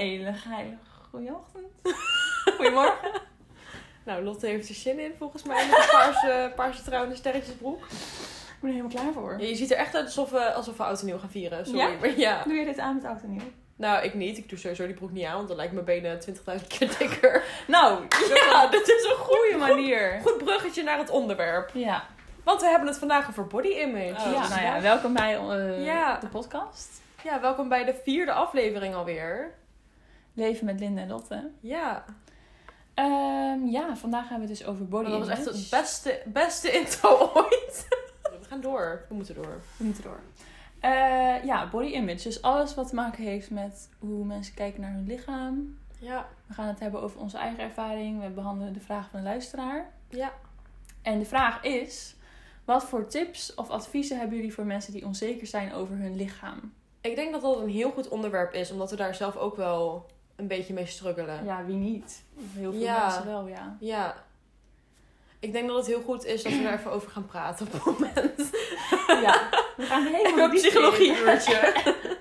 hele geile goeie ochtend. Goedemorgen. Nou, Lotte heeft er zin in volgens mij met een paarse trui en een sterretjesbroek. Ik ben er helemaal klaar voor. Ja, je ziet er echt uit alsof we oud en nieuw gaan vieren. Sorry, Ja? maar ja. Doe je dit aan met oud en nieuw? Nou, ik niet. Ik doe sowieso die broek niet aan, want dan lijkt mijn benen 20.000 keer dikker. Nou, Ja, dit is een goede manier. goed bruggetje naar het onderwerp. Ja. Want we hebben het vandaag over body image. Oh, Dus nou ja, welkom bij Ja. de podcast. Ja, welkom bij de 4e aflevering alweer. Leven met Linda en Lotte. Ja. Ja, vandaag gaan we het dus over body Dat was image. echt het beste intro ooit. We gaan door. We moeten door. We moeten door. Ja, body image. Dus alles wat te maken heeft met hoe mensen kijken naar hun lichaam. Ja. We gaan het hebben over onze eigen ervaring. We behandelen de vraag van de luisteraar. Ja. En de vraag is: wat voor tips of adviezen hebben jullie voor mensen die onzeker zijn over hun lichaam? Ik denk dat dat een heel goed onderwerp is, omdat we daar zelf ook wel een beetje mee struggelen. Ja, wie niet? Heel veel Ja. mensen wel, ja. Ja. Ik denk dat het heel goed is dat we daar even over gaan praten op het moment. Ja, we gaan helemaal Een diep psychologie-uurtje.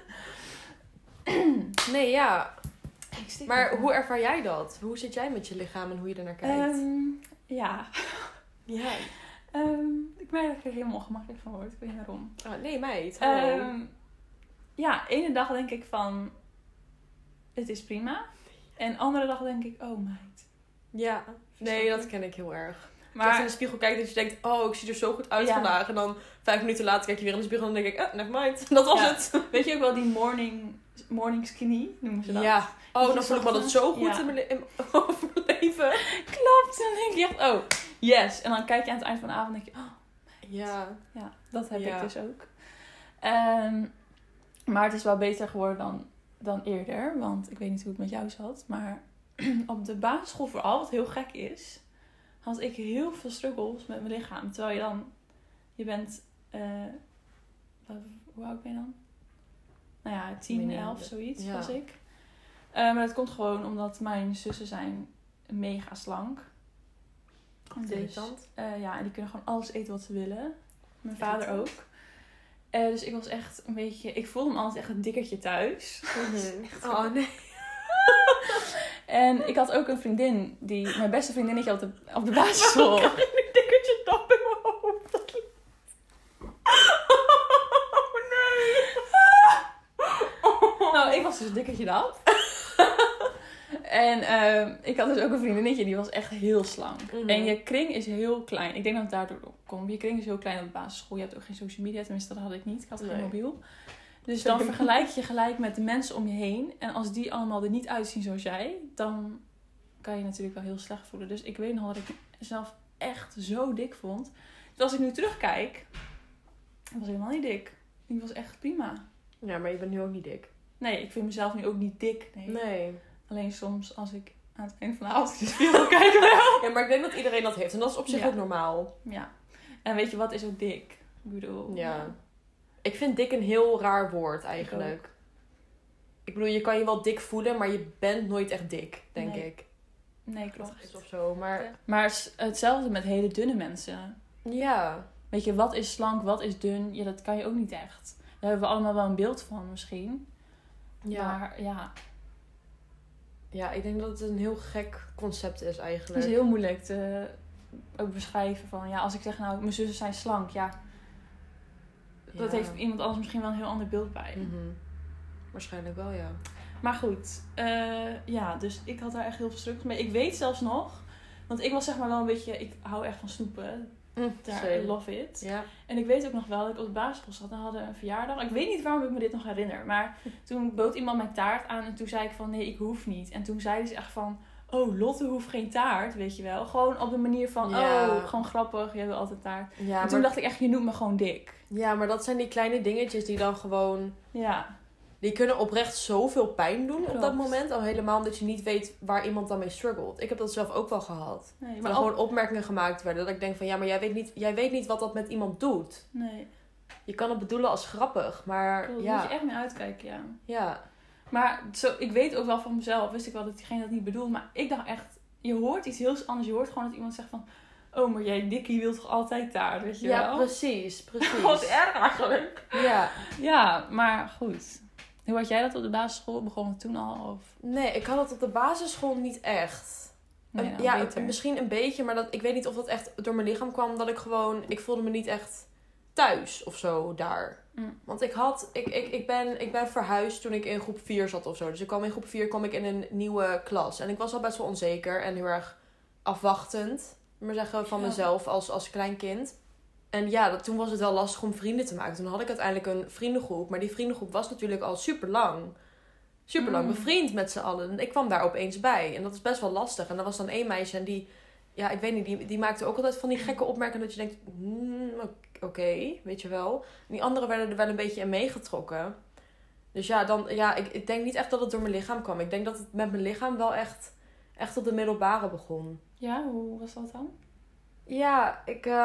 Nee, ja. in. Maar hoe ervaar jij dat? Hoe zit jij met je lichaam en hoe je er naar kijkt? Ja. Ja. Ik merk dat ik er helemaal ongemakkelijk van word. Ik weet niet waarom. Oh, nee, meid. Hallo. Ja, ene dag denk ik van, het is prima. En andere dag denk ik, oh meid. Ja. Nee, dat ken ik heel erg. Maar als je in de spiegel kijkt dat je denkt, oh, ik zie er zo goed uit Ja. vandaag. En dan 5 minuten later kijk je weer in de spiegel en dan denk ik, never mind. Dat was Ja. het. Weet je ook wel die morning skinny, noemen ze dat? Ja. Oh, je dan voel ik me dat ochtends- zo goed Ja. in over mijn leven. Klopt. Dan denk je echt, oh, yes. En dan kijk je aan het eind van de avond en denk je, oh, Ja. ja, dat heb Ja. ik dus ook. Maar het is wel beter geworden dan eerder. Want ik weet niet hoe het met jou zat. Maar op de basisschool vooral, wat heel gek is, had ik heel veel struggles met mijn lichaam. Terwijl je bent, hoe oud ben je dan? Nou ja, 10, 11, zoiets Ja. was ik. Maar dat komt gewoon omdat mijn zussen zijn mega slank. Dus, Irritant. ja, en die kunnen gewoon alles eten wat ze willen. Mijn vader Irritant. ook. Dus ik was echt een beetje... Ik voelde me altijd echt een dikkertje thuis. Oh, nee. En ik had ook een vriendin, mijn beste vriendinnetje op de basisschool. Ik krijg nu een dikkertje dap in mijn hoofd. Oh, nee. Nou, ik was dus een dikkertje dan. En ik had dus ook een vriendinnetje, die was echt heel slank. Mhm. En je kring is heel klein. Ik denk dat het daardoor komt. Je kring is heel klein op de basisschool. Je hebt ook geen social media, tenminste dat had ik niet. Ik had geen Nee. mobiel. Dus dan vergelijk je gelijk met de mensen om je heen. En als die allemaal er niet uitzien zoals jij, dan kan je natuurlijk wel heel slecht voelen. Dus ik weet nog dat ik mezelf echt zo dik vond. Dus als ik nu terugkijk, ik was helemaal niet dik. Ik was echt prima. Ja, maar je bent nu ook niet dik. Nee, ik vind mezelf nu ook niet dik. Nee. Nee. Alleen soms als ik aan het eind van de avond in de spiegel kijk wel. Ja, maar ik denk dat iedereen dat heeft. En dat is op zich Ja. ook normaal. Ja. En weet je wat is ook dik? Ik bedoel... Ja. Ik vind dik een heel raar woord eigenlijk. Ik bedoel, je kan je wel dik voelen, maar je bent nooit echt dik, denk Nee. ik. Nee, Dat klopt. is of zo, maar... Maar hetzelfde met hele dunne mensen. Ja. Weet je, wat is slank, wat is dun? Ja, dat kan je ook niet echt. Daar hebben we allemaal wel een beeld van misschien. Ja. Maar ja, Ja, ik denk dat het een heel gek concept is het eigenlijk. is heel moeilijk te ook beschrijven van... Ja, als ik zeg nou, mijn zussen zijn slank. Ja, dat Ja. heeft iemand anders misschien wel een heel ander beeld bij. Mhm. Waarschijnlijk wel, ja. Maar goed, ja, dus ik had daar echt heel veel struggles mee. Ik weet zelfs nog, want ik was zeg maar wel een beetje... Ik hou echt van snoepen. I love it. Ja. En ik weet ook nog wel dat ik op de basisschool zat en hadden een verjaardag. Ik weet niet waarom ik me dit nog herinner. Maar toen bood iemand mijn taart aan en toen zei ik van nee, ik hoef niet. En toen zeiden ze echt van, oh, Lotte hoeft geen taart, weet je wel. Gewoon op de manier van, Ja. oh, gewoon grappig, jij wil altijd taart. Ja, En toen dacht ik echt, je noemt me gewoon dik. ja, maar dat zijn die kleine dingetjes die dan gewoon... Ja, Die kunnen oprecht zoveel pijn doen op Klopt. dat moment. Al helemaal omdat je niet weet waar iemand dan mee struggelt. Ik heb dat zelf ook wel gehad. nee, Maar maar gewoon opmerkingen gemaakt werden. Dat ik denk van ja, maar jij weet niet wat dat met iemand doet. nee, Je kan het bedoelen als grappig. Maar daar moet ja. je echt mee uitkijken, ja. Ja. Maar zo, ik weet ook wel van mezelf, wist ik wel dat diegene dat niet bedoelt. Maar ik dacht echt, je hoort iets heel anders. Je hoort gewoon dat iemand zegt van, oh, maar jij dikkie wilt toch altijd taart, weet je Ja, wel? precies. Wat erg eigenlijk. Ja. Ja, maar goed. Hoe had jij dat op de basisschool? Begon het toen al? Of? Nee, ik had het op de basisschool niet echt. Nee, nou, ja, beter. misschien een beetje, maar ik weet niet of dat echt door mijn lichaam kwam. Dat ik voelde me niet echt thuis of zo daar. Want ik ben verhuisd toen ik in groep 4 zat of zo. Dus in groep 4 kwam ik in een nieuwe klas. En ik was al best wel onzeker en heel erg afwachtend. Maar zeggen van mezelf als klein kind. En ja, toen was het wel lastig om vrienden te maken. Toen had ik uiteindelijk een vriendengroep. Maar die vriendengroep was natuurlijk al super lang bevriend met z'n allen. En ik kwam daar opeens bij. En dat is best wel lastig. En er was dan één meisje en die... Ja, ik weet niet. Die maakte ook altijd van die gekke opmerkingen. Dat je denkt... Oké, weet je wel. En die anderen werden er wel een beetje in meegetrokken. Dus ja, ik denk niet echt dat het door mijn lichaam kwam. Ik denk dat het met mijn lichaam wel echt op de middelbare begon. Ja, hoe was dat dan? Ja,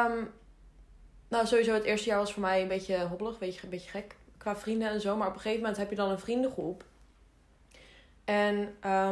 nou, sowieso het eerste jaar was voor mij een beetje hobbelig. Een beetje gek. Qua vrienden en zo. Maar op een gegeven moment heb je dan een vriendengroep. En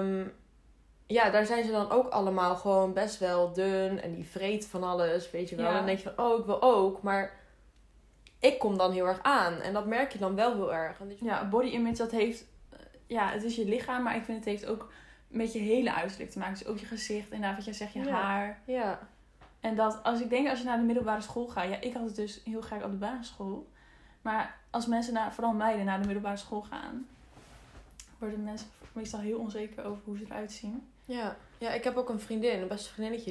ja, daar zijn ze dan ook allemaal gewoon best wel dun. En die vreten van alles, weet je wel. En dan denk je van, ik wil ook. Maar ik kom dan heel erg aan. En dat merk je dan wel heel erg. Ja, body image, dat heeft... Ja, het is je lichaam, maar ik vind het heeft ook met je hele uiterlijk te maken. Dus ook je gezicht, inderdaad wat jij zegt, je haar. Ja. En dat, als je naar de middelbare school gaat... Ja, ik had het dus heel graag op de basisschool. Maar als mensen, vooral meiden, naar de middelbare school gaan... worden mensen meestal heel onzeker over hoe ze eruit zien. Ja, ik heb ook een vriendin, een beste vriendinnetje,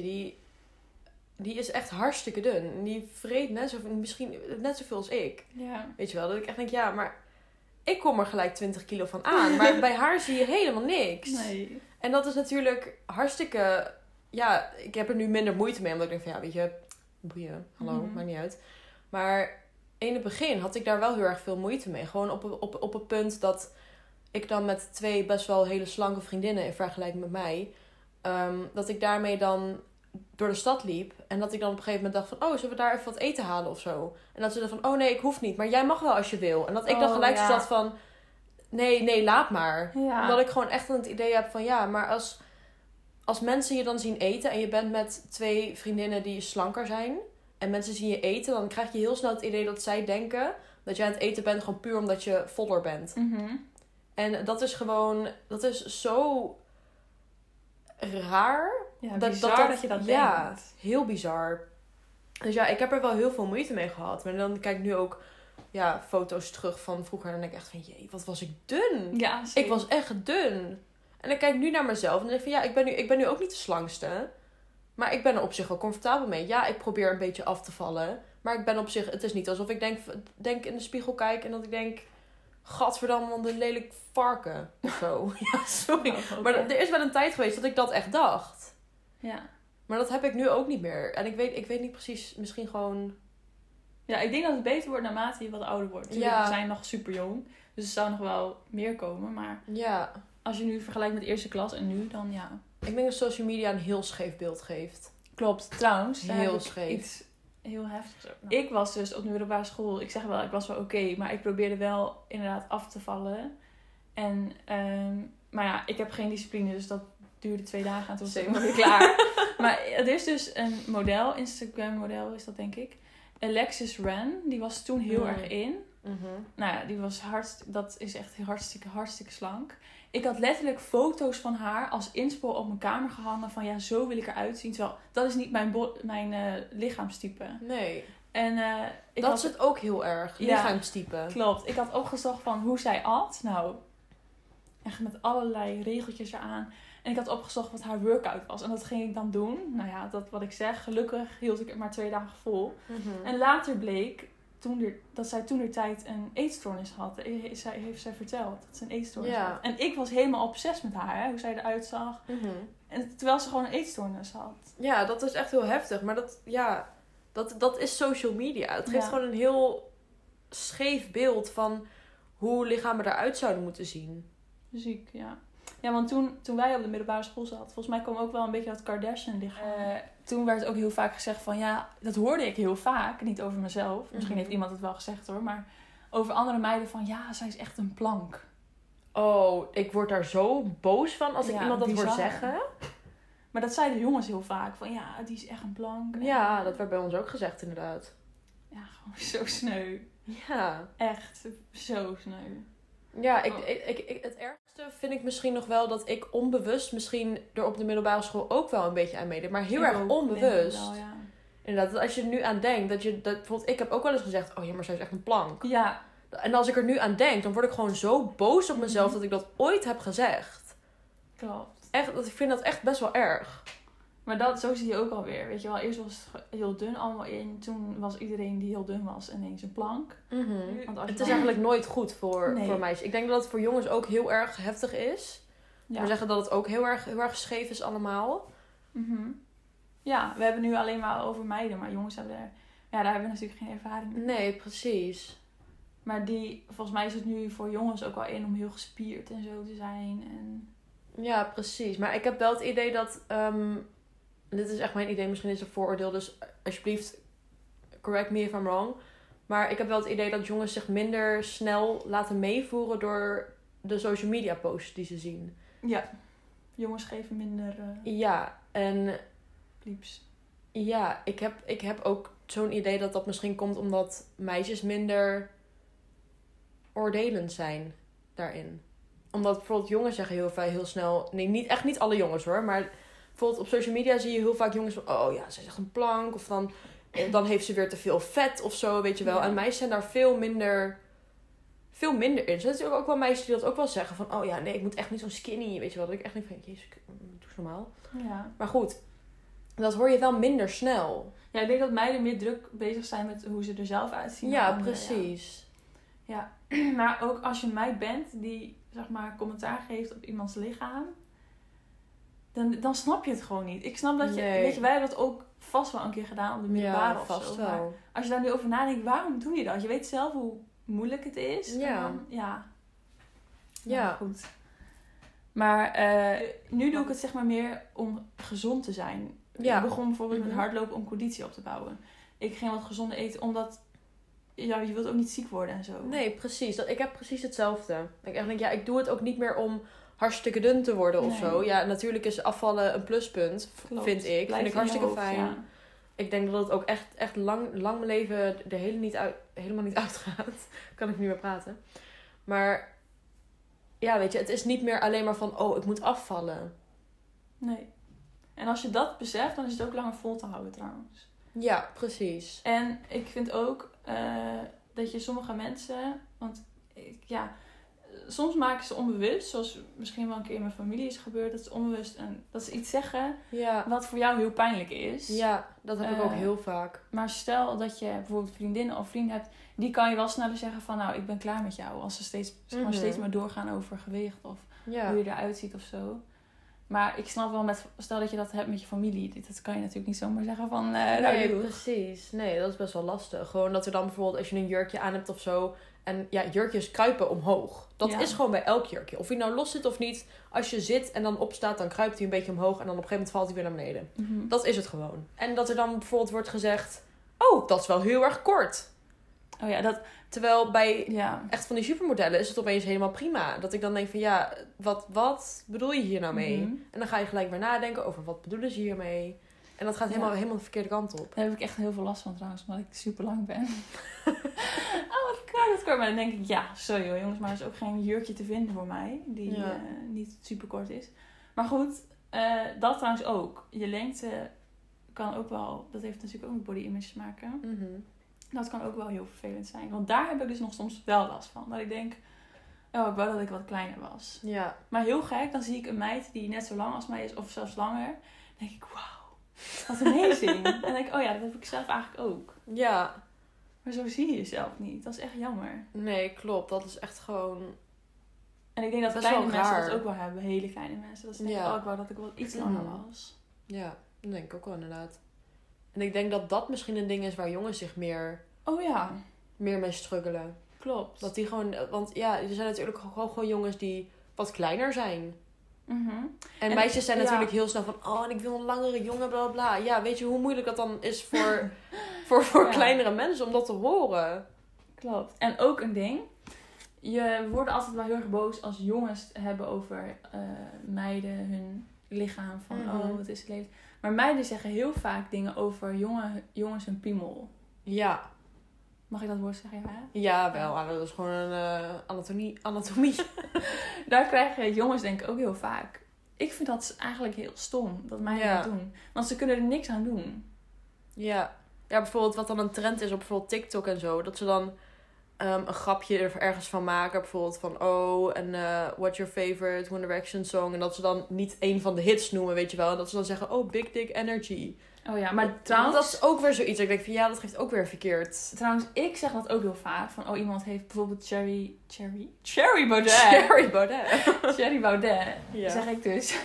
die is echt hartstikke dun. En die vreet misschien net zoveel als ik. Ja. Weet je wel, dat ik echt denk, ja, maar ik kom er gelijk 20 kilo van aan. Maar bij haar zie je helemaal niks. Nee. En dat is natuurlijk hartstikke... Ja, ik heb er nu minder moeite mee. Omdat ik denk van, ja, weet je, boeien. Hallo, maakt niet uit. Maar in het begin had ik daar wel heel erg veel moeite mee. Gewoon op het punt dat ik dan met 2 best wel hele slanke vriendinnen in vergelijking met mij... dat ik daarmee dan door de stad liep. En dat ik dan op een gegeven moment dacht van... zullen we daar even wat eten halen of zo? En dat ze dan van, nee, ik hoef niet. Maar jij mag wel als je wil. En dat ik dan gelijk zo zat van... Nee, laat maar. Ja. Omdat ik gewoon echt het idee heb van... Ja, maar als mensen je dan zien eten... en je bent met 2 vriendinnen die slanker zijn... en mensen zien je eten... dan krijg je heel snel het idee dat zij denken... dat jij aan het eten bent gewoon puur omdat je voller bent. Mm-hmm. En dat is gewoon... Dat is zo raar. Ja, bizar dat je dat denkt. Ja, heel bizar. Dus ja, ik heb er wel heel veel moeite mee gehad. Maar dan kijk ik nu ook foto's terug van vroeger. En dan denk ik echt van, jee, wat was ik dun. Ja, zeker. Ik was echt dun. En dan kijk ik nu naar mezelf. En dan denk ik van, ja, ik ben nu ook niet de slangste. Maar ik ben er op zich wel comfortabel mee. Ja, ik probeer een beetje af te vallen. Maar ik ben op zich... Het is niet alsof ik denk in de spiegel kijk. En dat ik denk... Gadverdamme, wat een lelijk varken. Of zo. Ja, sorry. Oh, okay. Maar er is wel een tijd geweest dat ik dat echt dacht. Ja. Maar dat heb ik nu ook niet meer. En ik weet niet precies, misschien gewoon... Ja, ik denk dat het beter wordt naarmate je wat ouder wordt. We zijn nog super jong. Dus er zou nog wel meer komen. Maar als je nu vergelijkt met de eerste klas en nu, dan ja. Ik denk dat social media een heel scheef beeld geeft. Klopt. Trouwens, heel scheef. Iets heel heftigs ook. Ik was dus op de middelbare school. Ik zeg wel, ik was wel oké. Maar ik probeerde wel inderdaad af te vallen. En, maar ja, ik heb geen discipline. Dus dat duurde 2 dagen en toen was ik weer klaar. Maar er is dus een model, Instagram model is dat denk ik. Alexis Ren, die was toen heel erg in. Mm-hmm. Nou ja, die was dat is echt hartstikke slank. Ik had letterlijk foto's van haar als inspo op mijn kamer gehangen van ja, zo wil ik eruit zien. Terwijl dat is niet mijn lichaamstype. Nee. En dat is het ook heel erg, lichaamstype. Klopt. Ik had opgezocht van hoe zij at. Nou, echt met allerlei regeltjes eraan. En ik had opgezocht wat haar workout was. En dat ging ik dan doen. Nou ja, dat wat ik zeg. Gelukkig hield ik het maar 2 dagen vol. Mm-hmm. En later bleek dat zij toen de tijd een eetstoornis had. Heeft zij verteld dat ze een eetstoornis had. En ik was helemaal obsessief met haar. Hè, hoe zij eruit zag. Mm-hmm. En terwijl ze gewoon een eetstoornis had. Ja, dat is echt heel heftig. Maar dat is social media. Het geeft gewoon een heel scheef beeld van hoe lichamen eruit zouden moeten zien. Ziek, ja. Ja, want toen wij op de middelbare school zaten, volgens mij kwam ook wel een beetje dat Kardashian-lichaam. Toen werd ook heel vaak gezegd van, ja, dat hoorde ik heel vaak. Niet over mezelf. Misschien heeft iemand het wel gezegd hoor. Maar over andere meiden van, ja, zij is echt een plank. Oh, ik word daar zo boos van als ik iemand dat hoor zeggen. Maar dat zeiden jongens heel vaak. Van, ja, die is echt een plank. Ja, dat werd bij ons ook gezegd inderdaad. Ja, gewoon zo sneu. Ja. Echt zo sneu. Ja, het ergste vind ik misschien nog wel dat ik onbewust misschien er op de middelbare school ook wel een beetje aan meedeed. Maar heel erg onbewust. Wel, ja. Inderdaad, dat als je er nu aan denkt, dat bijvoorbeeld ik heb ook wel eens gezegd, oh ja, maar zij is echt een plank. Ja. En als ik er nu aan denk, dan word ik gewoon zo boos op mezelf dat ik dat ooit heb gezegd. Klopt. Echt, ik vind dat echt best wel erg. Maar zo zie je ook alweer. Weet je wel, eerst was het heel dun allemaal in. Toen was iedereen die heel dun was ineens een plank. Want als Het is eigenlijk nooit goed voor meisjes. Ik denk dat het voor jongens ook heel erg heftig is. Ja. Maar zeggen dat het ook heel erg scheef is allemaal. Ja, we hebben nu alleen maar over meiden. Maar jongens hebben daar hebben we natuurlijk geen ervaring mee. Nee, precies. Maar volgens mij is het nu voor jongens ook wel in om heel gespierd en zo te zijn. En... Ja, precies. Maar ik heb wel het idee dat... dit is echt mijn idee, misschien is het een vooroordeel. Dus alsjeblieft, correct me if I'm wrong. Maar ik heb wel het idee dat jongens zich minder snel laten meevoeren door de social media posts die ze zien. Ja, jongens geven minder... Ja, en... Lieps. Ja, ik heb ook zo'n idee dat dat misschien komt omdat meisjes minder oordelend zijn daarin. Omdat bijvoorbeeld jongens zeggen heel snel... Nee, niet alle jongens hoor, maar bijvoorbeeld op social media zie je heel vaak jongens van... Oh ja, ze is echt een plank. Of dan heeft ze weer te veel vet of zo, weet je wel. Ja. En meisjes zijn daar veel minder in. Er zijn natuurlijk ook wel meisjes die dat ook wel zeggen. Van, oh ja, nee, ik moet echt niet zo skinny, weet je wel. Dat ik echt niet van, jezus, doe eens normaal. Ja. Maar goed, dat hoor je wel minder snel. Ja, ik denk dat meiden meer druk bezig zijn met hoe ze er zelf uitzien. Ja, precies. Ja, maar ook als je een meid bent die, zeg maar, commentaar geeft op iemands lichaam... Dan snap je het gewoon niet. Ik snap dat je... Nee. Weet je, wij hebben dat ook vast wel een keer gedaan op de middelbare of vast zo. wel. Maar als je daar nu over nadenkt, waarom doe je dat? Je weet zelf hoe moeilijk het is. Ja. En dan, ja. Ja. Goed. Maar nu doe ik het zeg maar meer om gezond te zijn. Ja. Ik begon bijvoorbeeld met hardlopen om conditie op te bouwen. Ik ging wat gezonder eten, omdat... Ja, je wilt ook niet ziek worden en zo. Nee, precies. Ik heb precies hetzelfde. Ik echt denk, ik doe het ook niet meer om hartstikke dun te worden of zo. Ja, natuurlijk is afvallen een pluspunt, vind ik. Vind ik hartstikke fijn. Ja. Ik denk dat het ook echt lang mijn leven er helemaal niet uitgaat. Kan ik niet meer praten. Maar ja, weet je, het is niet meer alleen maar van, oh, ik moet afvallen. Nee. En als je dat beseft, dan is het ook langer vol te houden trouwens. Ja, precies. En ik vind ook dat je sommige mensen... Want soms maken ze onbewust, zoals misschien wel een keer in mijn familie is gebeurd, dat ze onbewust dat ze iets zeggen wat voor jou heel pijnlijk is. Ja, dat heb ik ook heel vaak. Maar stel dat je bijvoorbeeld vriendinnen of vrienden hebt, die kan je wel sneller zeggen van, nou, ik ben klaar met jou. Als ze steeds maar doorgaan over gewicht of hoe je eruit ziet of zo. Maar ik snap wel, stel dat je dat hebt met je familie. Dat kan je natuurlijk niet zomaar zeggen van... nee, precies. Nee, dat is best wel lastig. Gewoon dat er dan bijvoorbeeld, als je een jurkje aan hebt of zo... En ja, jurkjes kruipen omhoog. Dat is gewoon bij elk jurkje. Of hij nou los zit of niet. Als je zit en dan opstaat, dan kruipt hij een beetje omhoog. En dan op een gegeven moment valt hij weer naar beneden. Mm-hmm. Dat is het gewoon. En dat er dan bijvoorbeeld wordt gezegd... Oh, dat is wel heel erg kort. Oh ja, Terwijl bij echt van die supermodellen is het opeens helemaal prima. Dat ik dan denk van ja, wat bedoel je hier nou mee? Mm-hmm. En dan ga je gelijk weer nadenken over wat bedoelen ze hiermee. En dat gaat helemaal de verkeerde kant op. Daar heb ik echt heel veel last van trouwens, omdat ik super lang ben. Oh, wat kort. Maar dan denk ik, sorry hoor jongens, maar er is ook geen jurkje te vinden voor mij. Die niet super kort is. Maar goed, dat trouwens ook. Je lengte kan ook wel, dat heeft natuurlijk ook met body image te maken. Mm-hmm. Dat kan ook wel heel vervelend zijn. Want daar heb ik dus nog soms wel last van. Dat ik denk, oh, ik wou dat ik wat kleiner was. Ja. Maar heel gek, dan zie ik een meid die net zo lang als mij is, of zelfs langer. Dan denk ik, wauw, wat amazing. En dan denk ik, oh ja, dat heb ik zelf eigenlijk ook. Ja. Maar zo zie je jezelf niet. Dat is echt jammer. Nee, klopt. Dat is echt gewoon... En ik denk dat kleine mensen dat ook wel hebben. Hele kleine mensen. Dat ze denken, oh, ik wou dat ik wel iets langer was. Ja, dat denk ik ook wel inderdaad. En ik denk dat dat misschien een ding is waar jongens zich meer mee struggelen. Klopt. Dat die gewoon... Want ja, er zijn natuurlijk gewoon jongens die wat kleiner zijn. Mm-hmm. En meisjes zijn natuurlijk heel snel van... Oh, en ik wil een langere jongen, bla bla. Ja, weet je hoe moeilijk dat dan is voor kleinere mensen om dat te horen? Klopt. En ook een ding. Je wordt altijd wel heel erg boos als jongens hebben over meiden, hun lichaam. Van, oh, wat is het leven. Maar meiden zeggen heel vaak dingen over jongens hun piemel. Ja. Mag ik dat woord zeggen? Ja, hè? Ja, wel. Dat is gewoon een anatomie. Daar krijgen jongens denk ik ook heel vaak. Ik vind dat eigenlijk heel stom. Dat meiden dat doen. Want ze kunnen er niks aan doen. Ja. Ja, bijvoorbeeld wat dan een trend is op bijvoorbeeld TikTok en zo. Dat ze dan een grapje er ergens van maken. Bijvoorbeeld van, what's your favorite One Direction song? En dat ze dan niet één van de hits noemen, weet je wel. En dat ze dan zeggen, oh, Big Dick Energy. Oh ja, maar trouwens... Dat is ook weer zoiets. Ik denk van, ja, dat geeft ook weer verkeerd. Trouwens, ik zeg dat ook heel vaak. Van, iemand heeft bijvoorbeeld Cherry Baudet. Cherry Baudet. Ja. Zeg ik dus.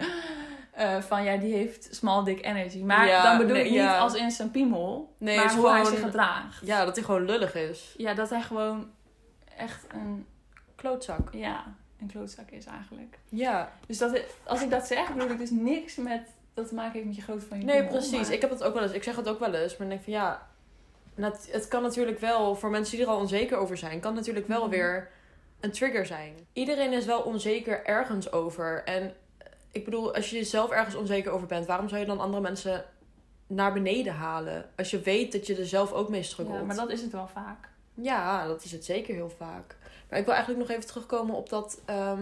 Die heeft small dick energy. Maar dan bedoel ik niet als in zijn piemel. Nee, maar hoe hij zich gedraagt. Ja, dat hij gewoon lullig is. Ja, dat hij gewoon echt een... klootzak. Ja, een klootzak is eigenlijk. Ja. Dus als ik dat zeg, bedoel ik dus niks met... dat te maken heeft met je grootte van je piemel. Nee, precies. Maar... Ik heb dat ook wel eens. Ik zeg het ook wel eens. Maar ik denk van ja... Het kan natuurlijk wel, voor mensen die er al onzeker over zijn... kan natuurlijk wel weer een trigger zijn. Iedereen is wel onzeker ergens over. En ik bedoel, als je jezelf ergens onzeker over bent... waarom zou je dan andere mensen naar beneden halen? Als je weet dat je er zelf ook mee struggelt. Ja, maar dat is het wel vaak. Ja, dat is het zeker heel vaak. Maar ik wil eigenlijk nog even terugkomen op dat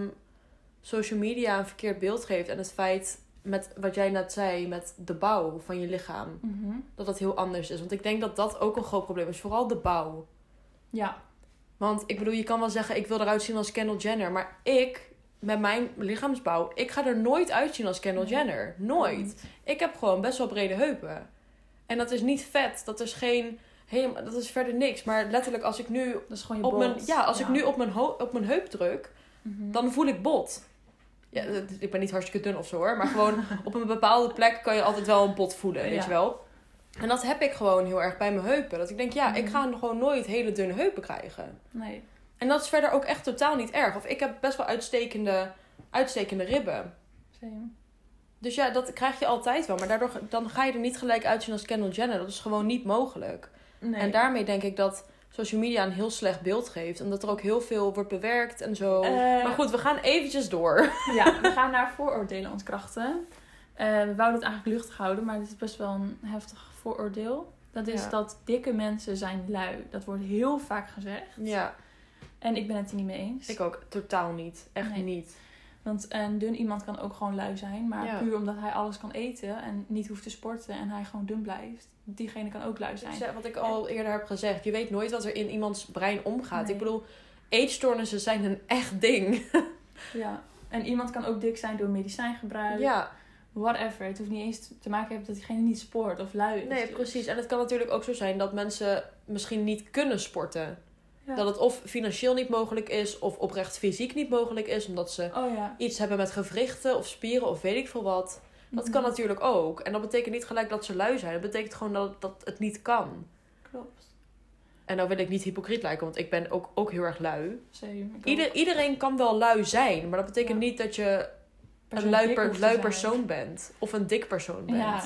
social media een verkeerd beeld geeft. En het feit, met wat jij net zei, met de bouw van je lichaam. Mm-hmm. Dat heel anders is. Want ik denk dat dat ook een groot probleem is. Vooral de bouw. Ja. Want ik bedoel, je kan wel zeggen, ik wil eruit zien als Kendall Jenner. Maar ik, met mijn lichaamsbouw, ik ga er nooit uitzien als Kendall Jenner. Nooit. Ik heb gewoon best wel brede heupen. En dat is niet vet. Dat is geen... dat is verder niks. Maar letterlijk, als ik nu dat is gewoon je bot. ik nu op mijn heup druk, dan voel ik bot. Ja, ik ben niet hartstikke dun of zo hoor. Maar gewoon op een bepaalde plek kan je altijd wel een bot voelen, weet je wel. En dat heb ik gewoon heel erg bij mijn heupen. Dat ik denk, ik ga gewoon nooit hele dunne heupen krijgen. Nee. En dat is verder ook echt totaal niet erg. Of ik heb best wel uitstekende ribben. Same. Dus ja, dat krijg je altijd wel. Maar daardoor dan ga je er niet gelijk uitzien als Kendall Jenner. Dat is gewoon niet mogelijk. Nee. En daarmee denk ik dat social media een heel slecht beeld geeft. Omdat er ook heel veel wordt bewerkt en zo. Maar goed, we gaan eventjes door. Ja, we gaan naar vooroordelen ontkrachten. We wouden het eigenlijk luchtig houden, maar dit is best wel een heftig vooroordeel. Dat is dat dikke mensen zijn lui. Dat wordt heel vaak gezegd. Ja. En ik ben het er niet mee eens. Ik ook totaal niet. Echt niet. Want een dun iemand kan ook gewoon lui zijn. Maar puur omdat hij alles kan eten en niet hoeft te sporten en hij gewoon dun blijft. Diegene kan ook lui zijn. Wat ik al eerder heb gezegd. Je weet nooit wat er in iemands brein omgaat. Nee. Ik bedoel, eetstoornissen zijn een echt ding. Ja. En iemand kan ook dik zijn door medicijngebruik. Ja. Whatever. Het hoeft niet eens te maken hebben dat diegene niet sport of lui is. Nee, precies. En het kan natuurlijk ook zo zijn dat mensen misschien niet kunnen sporten. Ja. Dat het of financieel niet mogelijk is of oprecht fysiek niet mogelijk is. Omdat ze iets hebben met gewrichten of spieren of weet ik veel wat. Dat kan natuurlijk ook. En dat betekent niet gelijk dat ze lui zijn. Dat betekent gewoon dat het niet kan. Klopt. En nou wil ik niet hypocriet lijken, want ik ben ook heel erg lui. Same, iedereen kan wel lui zijn. Maar dat betekent niet dat je een lui persoon bent. Of een dik persoon bent. Ja.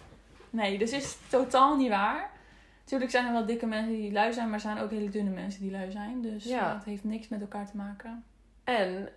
Nee, dus is totaal niet waar. Natuurlijk zijn er wel dikke mensen die lui zijn, maar er zijn ook hele dunne mensen die lui zijn. Dus het heeft niks met elkaar te maken. En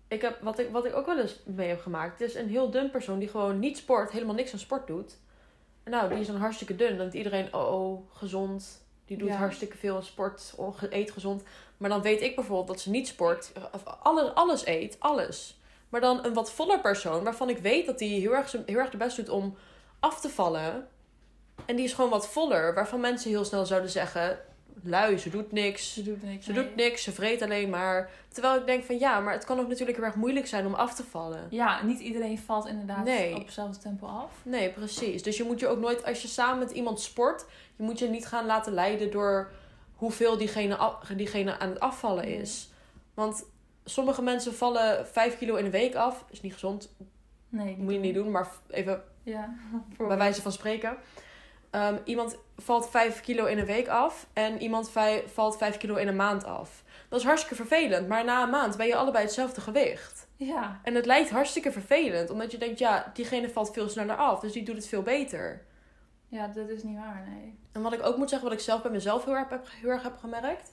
wat ik ook wel eens mee heb gemaakt, is een heel dun persoon die gewoon niet sport, helemaal niks aan sport doet. En nou, die is dan hartstikke dun. Dan denkt iedereen, gezond. Die doet hartstikke veel sport, eet gezond. Maar dan weet ik bijvoorbeeld dat ze niet sport, alles eet, alles. Maar dan een wat voller persoon, waarvan ik weet dat die heel erg de best doet om af te vallen. En die is gewoon wat voller, waarvan mensen heel snel zouden zeggen, lui, ze doet niks. Ze doet niks, ze vreet alleen maar. Terwijl ik denk van maar het kan ook natuurlijk heel erg moeilijk zijn om af te vallen. Ja, niet iedereen valt inderdaad op hetzelfde tempo af. Nee, precies. Dus je moet je ook nooit, als je samen met iemand sport, je moet je niet gaan laten leiden door hoeveel diegene aan het afvallen is. Want sommige mensen vallen 5 kilo in een week af. Is niet gezond. Nee. Moet je niet doen, maar even bij wijze van spreken. Iemand valt 5 kilo in een week af. En iemand valt 5 kilo in een maand af. Dat is hartstikke vervelend. Maar na een maand ben je allebei hetzelfde gewicht. Ja. En het lijkt hartstikke vervelend. Omdat je denkt, diegene valt veel sneller af. Dus die doet het veel beter. Ja, dat is niet waar, nee. En wat ik ook moet zeggen, wat ik zelf bij mezelf heel erg heb gemerkt.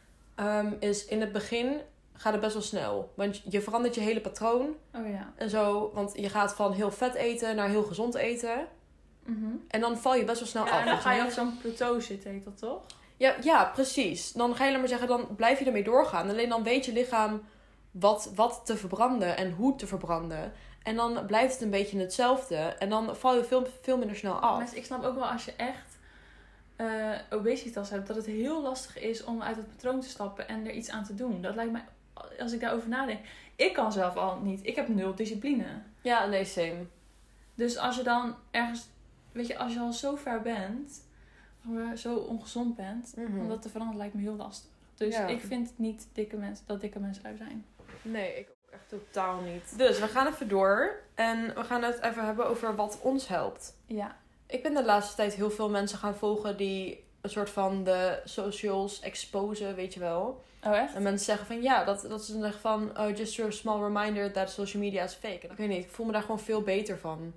Is in het begin gaat het best wel snel. Want je verandert je hele patroon. Oh ja. En zo, want je gaat van heel vet eten naar heel gezond eten. Mm-hmm. En dan val je best wel snel af. En dan ga je op zo'n plateau zitten, heet dat toch? Ja, precies. Dan ga je maar zeggen, dan blijf je ermee doorgaan. Alleen dan weet je lichaam wat te verbranden en hoe te verbranden. En dan blijft het een beetje hetzelfde. En dan val je veel minder snel af. Maar ik snap ook wel als je echt obesitas hebt, dat het heel lastig is om uit het patroon te stappen en er iets aan te doen. Dat lijkt mij, als ik daarover nadenk, ik kan zelf al niet. Ik heb 0 discipline. Ja, nee, same. Dus als je dan ergens, weet je, als je al zo ver bent, zo ongezond bent, om dat te veranderen lijkt me heel lastig. Dus ik vind niet dat dikke mensen lui zijn. Nee, ik ook echt totaal niet. Dus we gaan even door en we gaan het even hebben over wat ons helpt. Ja. Ik ben de laatste tijd heel veel mensen gaan volgen die een soort van de socials exposen, weet je wel. Oh, echt? En mensen zeggen van ja, dat ze dan zeggen van oh, just your small reminder that social media is fake. En ik weet niet, ik voel me daar gewoon veel beter van.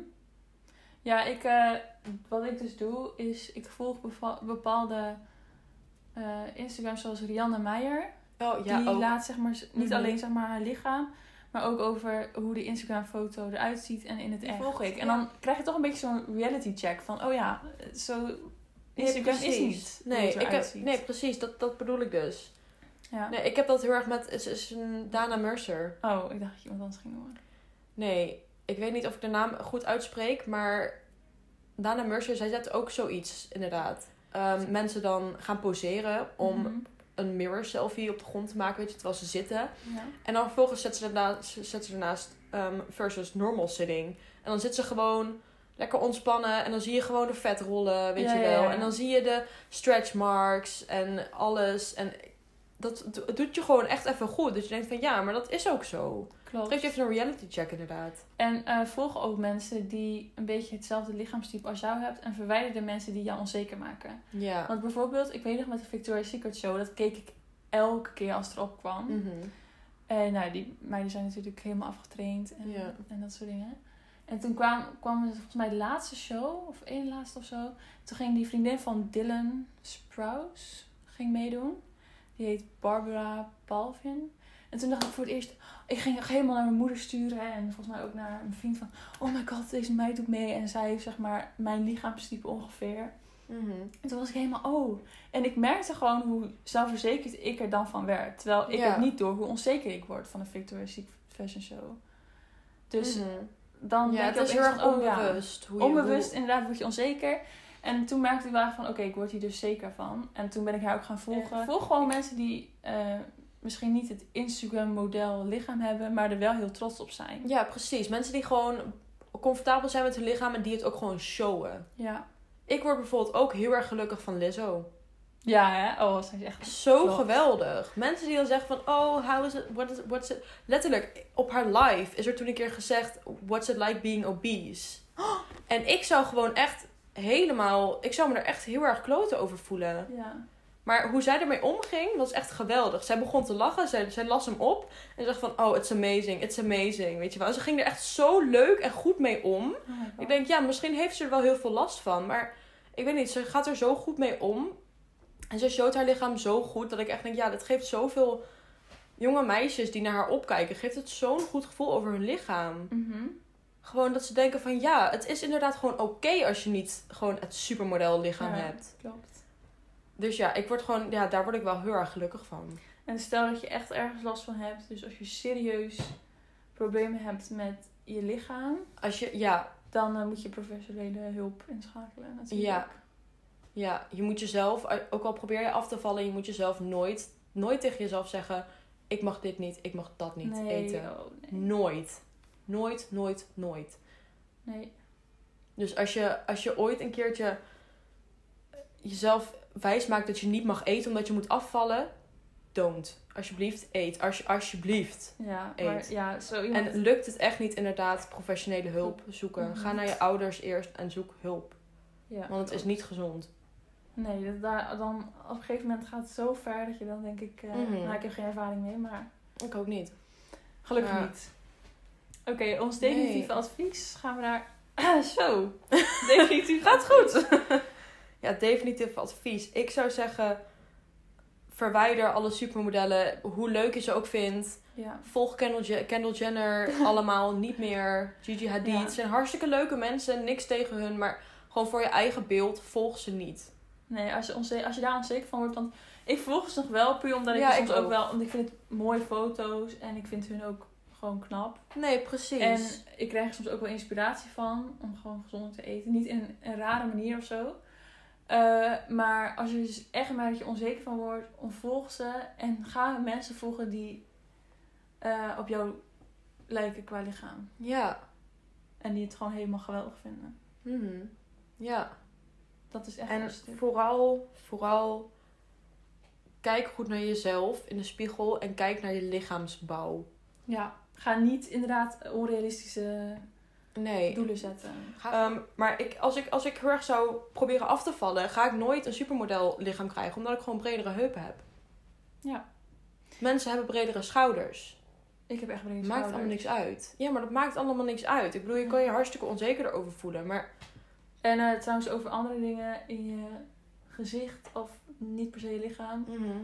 Ja, wat ik dus doe is, ik volg bepaalde Instagrams zoals Rianne Meijer. Oh ja, die ook. laat zeg maar niet alleen zeg maar haar lichaam, maar ook over hoe de Instagram foto eruit ziet en in het echt. Volg ik. En dan krijg je toch een beetje zo'n reality check van oh ja, zo Instagram is niet. Nee, precies. Dat bedoel ik dus. Ja. Nee, ik heb dat heel erg met... Het is een Dana Mercer. Oh, ik dacht dat je iemand anders ging noemen. Nee, ik weet niet of ik de naam goed uitspreek, maar Dana Mercer, zij zet ook zoiets, inderdaad. Mensen dan gaan poseren om een mirror selfie op de grond te maken, weet je, terwijl ze zitten. Ja. En dan vervolgens zet ze ernaast versus normal sitting. En dan zit ze gewoon lekker ontspannen en dan zie je gewoon de vet rollen, weet je wel. Ja. En dan zie je de stretch marks en alles. En dat doet je gewoon echt even goed. Dus je denkt van ja, maar dat is ook zo. Klopt. Geef je even een reality check inderdaad. En volg ook mensen die een beetje hetzelfde lichaamstype als jou hebt. En verwijder de mensen die jou onzeker maken. Ja. Want bijvoorbeeld, ik weet nog met de Victoria's Secret Show, dat keek ik elke keer als het erop kwam. En nou, die meiden zijn natuurlijk helemaal afgetraind en dat soort dingen. En toen kwam volgens mij de laatste show, of één laatste of zo. Toen ging die vriendin van Dylan Sprouse meedoen. Die heet Barbara Palvin. En toen dacht ik voor het eerst, ik ging helemaal naar mijn moeder sturen. En volgens mij ook naar mijn vriend van, oh my god, deze meid doet mee. En zij heeft zeg maar mijn lichaamstype ongeveer. En toen was ik helemaal, oh. En ik merkte gewoon hoe zelfverzekerd ik er dan van werd. Terwijl ik het niet door hoe onzeker ik word van de Victoria's Secret Fashion Show. Dus dan denk het is heel erg onbewust. Onbewust, inderdaad, word je onzeker. En toen merkte ik wel van, oké, ik word hier dus zeker van. En toen ben ik haar ook gaan volgen. Volg gewoon mensen die misschien niet het Instagram-model lichaam hebben, maar er wel heel trots op zijn. Ja, precies. Mensen die gewoon comfortabel zijn met hun lichaam en die het ook gewoon showen. Ja. Ik word bijvoorbeeld ook heel erg gelukkig van Lizzo. Ja, hè? Oh, zij is echt zo geweldig. Mensen die dan zeggen van, oh, how is it, what's it... Letterlijk, op haar live is er toen een keer gezegd, what's it like being obese? En ik zou gewoon echt ik zou me er echt heel erg kloten over voelen. Ja. Maar hoe zij ermee omging, was echt geweldig. Zij begon te lachen, zij las hem op en zegt van, oh, it's amazing, weet je wel. En ze ging er echt zo leuk en goed mee om. Ik denk, ja, misschien heeft ze er wel heel veel last van, maar ik weet niet, ze gaat er zo goed mee om. En ze showt haar lichaam zo goed dat ik echt denk, ja, dat geeft zoveel jonge meisjes die naar haar opkijken, geeft het zo'n goed gevoel over hun lichaam. Gewoon dat ze denken van, ja, het is inderdaad gewoon oké als je niet gewoon het supermodel lichaam hebt. Klopt. Dus ja, daar word ik wel heel erg gelukkig van. En stel dat je echt ergens last van hebt, dus als je serieus problemen hebt met je lichaam, dan moet je professionele hulp inschakelen natuurlijk. Ja, je moet jezelf, ook al probeer je af te vallen, je moet jezelf nooit tegen jezelf zeggen, ik mag dit niet, ik mag dat niet eten. Nee. Nooit. Nee. Dus als je ooit een keertje jezelf wijs maakt dat je niet mag eten omdat je moet afvallen, don't. Alsjeblieft, eet. Alsjeblieft. Ja, eet. Maar ja, zo iemand... En lukt het echt niet, inderdaad, professionele hulp zoeken. Ga naar je ouders eerst en zoek hulp. Ja, want het is niet gezond. Nee, dan op een gegeven moment gaat het zo ver dat je dan denk ik... Nou, ik heb geen ervaring mee, maar... Ik ook niet. Gelukkig niet. Oké, ons definitieve advies gaan we naar... Zo. Definitief gaat goed. Ja, definitief advies. Ik zou zeggen, verwijder alle supermodellen, hoe leuk je ze ook vindt. Ja. Volg Kendall Jenner allemaal niet meer. Gigi Hadid. Ja. Zijn hartstikke leuke mensen, niks tegen hun, maar gewoon voor je eigen beeld, volg ze niet. Nee, als je daar onzeker van wordt. Want ik volg ze nog wel, puur omdat ik Ja, soms ik ook ook. wel... Want ik vind het mooie foto's en ik vind hun ook gewoon knap. Nee, precies. En ik krijg er soms ook wel inspiratie van om gewoon gezonder te eten. Niet in een rare manier of zo. Maar als je dus echt merkt dat je onzeker van wordt, ontvolg ze. En ga mensen volgen die op jou lijken qua lichaam. Ja. En die het gewoon helemaal geweldig vinden. Mhm. Ja. Dat is echt En een stuk. vooral kijk goed naar jezelf in de spiegel en kijk naar je lichaamsbouw. Ja, ga niet inderdaad onrealistische Nee. doelen zetten. Maar als ik heel erg zou proberen af te vallen, ga ik nooit een supermodel lichaam krijgen, omdat ik gewoon bredere heupen heb. Ja. Mensen hebben bredere schouders. Ik heb echt brede Maakt schouders. allemaal niks uit. Ja, maar dat maakt allemaal niks uit. Ik bedoel, je kan je hartstikke onzeker erover voelen, maar... En trouwens over andere dingen in je gezicht of niet per se je lichaam.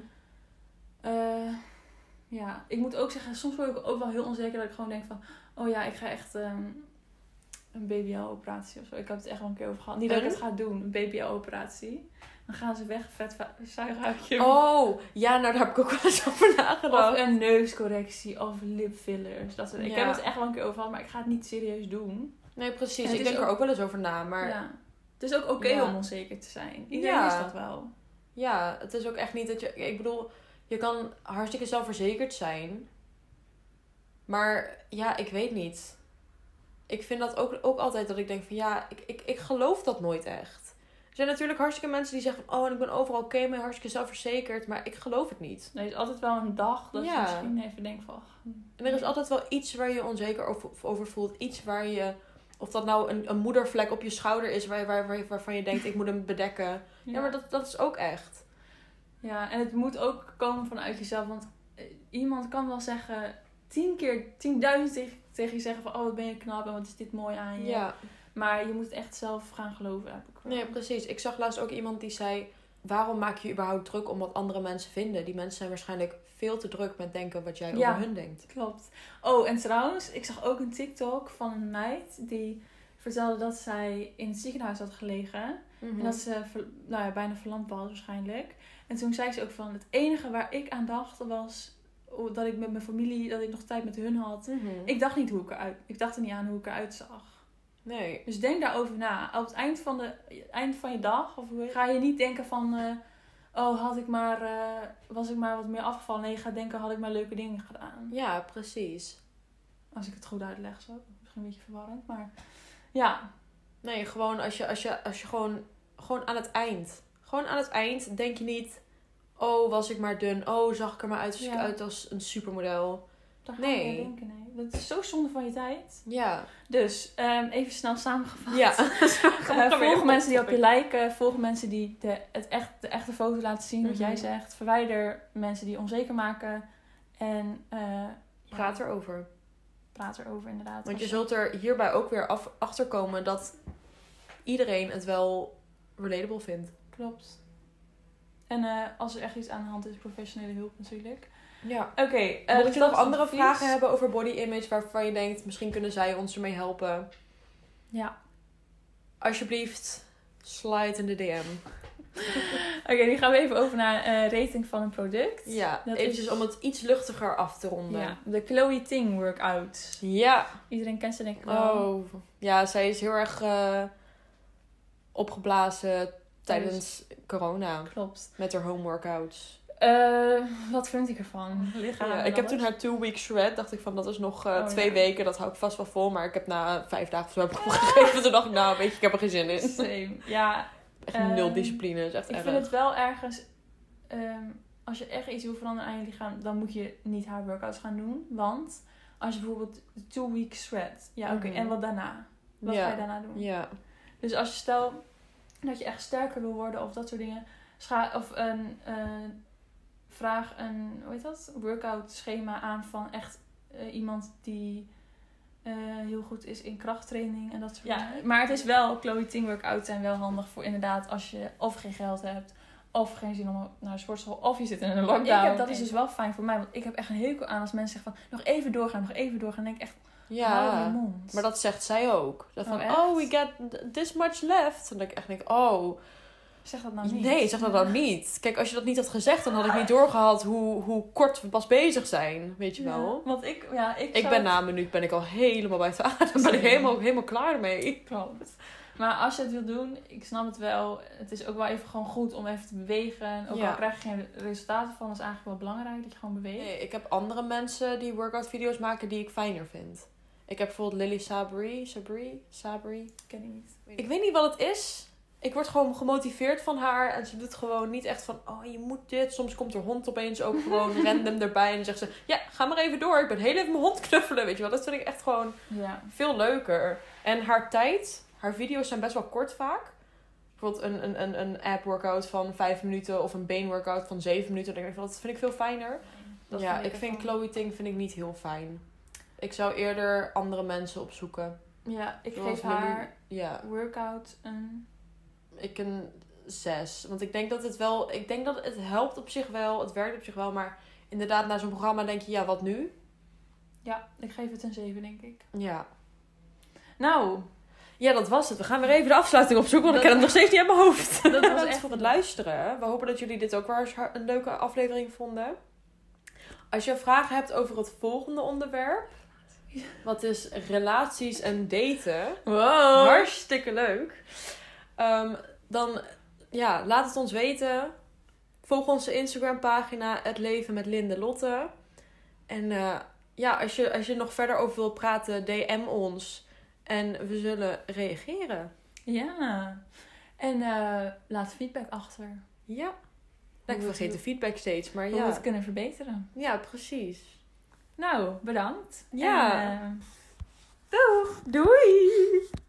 Ja, ik moet ook zeggen, soms word ik ook wel heel onzeker dat ik gewoon denk van... Oh ja, ik ga echt een BBL-operatie of zo. Ik heb het echt wel een keer over gehad. Niet dat ik het ga doen, een BBL-operatie. Dan gaan ze weg, vet zuigen uit je. Oh, ja, nou daar heb ik ook wel eens over nagedacht. Of een neuscorrectie of lipfillers. Dat soort. Ik Ja. heb het echt wel een keer over gehad, maar ik ga het niet serieus doen. Nee, precies. En het Ik is denk er ook wel eens over na, maar... Ja. Het is ook oké Ja. om onzeker te zijn. Iedereen Ja. is dat wel. Ja, het is ook echt niet dat je... Ik bedoel, je kan hartstikke zelfverzekerd zijn. Maar ja, ik weet niet. Ik vind dat ook altijd dat ik denk van ja, ik geloof dat nooit echt. Er zijn natuurlijk hartstikke mensen die zeggen van oh, en ik ben overal oké mee, hartstikke zelfverzekerd. Maar ik geloof het niet. Er is altijd wel een dag dat je Ja. misschien even denkt van... En er is altijd wel iets waar je je onzeker over voelt. Iets waar je... Of dat nou een moedervlek op je schouder is waarvan je denkt ik moet hem bedekken. Ja, maar dat is ook echt. Ja, en het moet ook komen vanuit jezelf. Want iemand kan wel zeggen 10.000 tegen je zeggen van... Oh, wat ben je knap en wat is dit mooi aan je. Ja. Maar je moet het echt zelf gaan geloven, heb ik wel. Nee, precies. Ik zag laatst ook iemand die zei... Waarom maak je je überhaupt druk om wat andere mensen vinden? Die mensen zijn waarschijnlijk veel te druk met denken wat jij over hun denkt. Klopt. Oh, en trouwens, ik zag ook een TikTok van een meid die vertelde dat zij in het ziekenhuis had gelegen. Mhm. En dat ze bijna verlamd was waarschijnlijk. En toen zei ze ook van, het enige waar ik aan dacht was dat ik met mijn familie, dat ik nog tijd met hun had. Mhm. Ik dacht niet ik dacht er niet aan hoe ik eruit zag. Nee. Dus denk daarover na. Op het eind van je dag ga je niet denken van... was ik maar wat meer afgevallen. Nee, je gaat denken, had ik maar leuke dingen gedaan. Ja, precies. Als ik het goed uitleg zo. Misschien een beetje verwarrend, maar... Ja. Nee, gewoon als je gewoon aan het eind. Gewoon aan het eind denk je niet... Oh, was ik maar dun. Oh, zag ik er maar uit als een supermodel. Daar ga je niet denken, nee. Dat is zo zonde van je tijd. Ja. Dus, even snel samengevat. Ja. Volg mensen die op je lijken. Volg mensen die de echte foto laten zien, wat jij zegt. Verwijder mensen die onzeker maken. En Praat erover. praat erover, inderdaad. Want je zult er hierbij ook weer achter komen dat iedereen het wel relatable vindt. Klopt. En als er echt iets aan de hand is, professionele hulp natuurlijk. Ja. Oké. Mocht je nog andere vragen hebben over body image waarvan je denkt, misschien kunnen zij ons ermee helpen. Ja. Alsjeblieft, slide in de DM. Oké, nu gaan we even over naar een rating van een product. Ja, Dat eventjes is- om het iets luchtiger af te ronden. Ja, de Chloe Ting workout. Ja. Iedereen kent ze denk ik wel. Oh. Ja, zij is heel erg opgeblazen tijdens corona. Klopt. Met haar home workouts. Wat vind ik ervan? Lichaam. Ja, ik heb toen haar 2-week shred. Dacht ik van, dat is nog 2 ja. weken. Dat hou ik vast wel vol. Maar ik heb na 5 dagen of zo heb ik opgegeven. Toen dacht ik, nou weet je, ik heb er geen zin in. Same. Ja, Echt nul discipline. Dat is echt ik erg. vind het wel ergens... als je echt iets wil veranderen aan je lichaam... dan moet je niet haar workouts gaan doen. Want als je bijvoorbeeld 2-week shred... Ja, oké. Mhm. En wat daarna? Wat Ja. ga je daarna doen? Ja. Dus als je stel dat je echt sterker wil worden... of dat soort dingen... vraag een workout schema aan van echt iemand die heel goed is in krachttraining en dat soort dingen. Maar het is wel, Chloe Ting workouts zijn wel handig voor inderdaad als je of geen geld hebt, of geen zin om naar de sportschool, of je zit in een lockdown. Dat is dus wel fijn voor mij, want ik heb echt een hekel aan als mensen zeggen van nog even doorgaan. Dan denk ik echt, hou je mond. Maar dat zegt zij ook. Dat van, echt? we got this much left. En dat ik echt denk, oh... Zeg dat nou niet. Nee, zeg dat nou niet. Kijk, als je dat niet had gezegd, dan had ik niet doorgehad hoe kort we pas bezig zijn. Weet je wel? Want Ik ben na een minuut ben ik al helemaal buiten adem. Ben ik helemaal klaar ermee. Klopt. Maar als je het wilt doen, ik snap het wel. Het is ook wel even gewoon goed om even te bewegen. En ook al krijg je geen resultaten van, is eigenlijk wel belangrijk dat je gewoon beweegt. Nee, ik heb andere mensen die workout video's maken die ik fijner vind. Ik heb bijvoorbeeld Lily Sabri. Ken ik niet. Ik weet niet wat het is. Ik word gewoon gemotiveerd van haar. En ze doet gewoon niet echt van, oh, je moet dit. Soms komt er hond opeens ook gewoon random erbij. En dan zegt ze, ja, ga maar even door. Ik ben heel even mijn hond knuffelen, weet je wel. Dat vind ik echt gewoon veel leuker. En haar video's zijn best wel kort vaak. Bijvoorbeeld een ab workout van 5 minuten. Of een beenworkout van 7 minuten. Dat vind ik veel fijner. Ik vind Chloe Ting niet heel fijn. Ik zou eerder andere mensen opzoeken. Ja, ik geef haar workout een 6. Want ik denk dat het helpt op zich wel. Het werkt op zich wel. Maar inderdaad, na zo'n programma denk je, ja, wat nu? Ja, ik geef het een 7, denk ik. Ja. Nou. Ja, dat was het. We gaan weer even de afsluiting opzoeken. Want ik ken hem nog steeds niet uit mijn hoofd. Dat was echt voor het luisteren. We hopen dat jullie dit ook wel eens een leuke aflevering vonden. Als je vragen hebt over het volgende onderwerp. Wat is relaties en daten. Wow. Hartstikke leuk. Dan laat het ons weten. Volg onze Instagram pagina Het Leven met Linde Lotte. En als je nog verder over wilt praten, DM ons. En we zullen reageren. Ja. En laat feedback achter. Ja. Ik vergeet de feedback steeds, maar hoe we het kunnen verbeteren. Ja, precies. Nou, bedankt. Ja. En, doeg! Doei!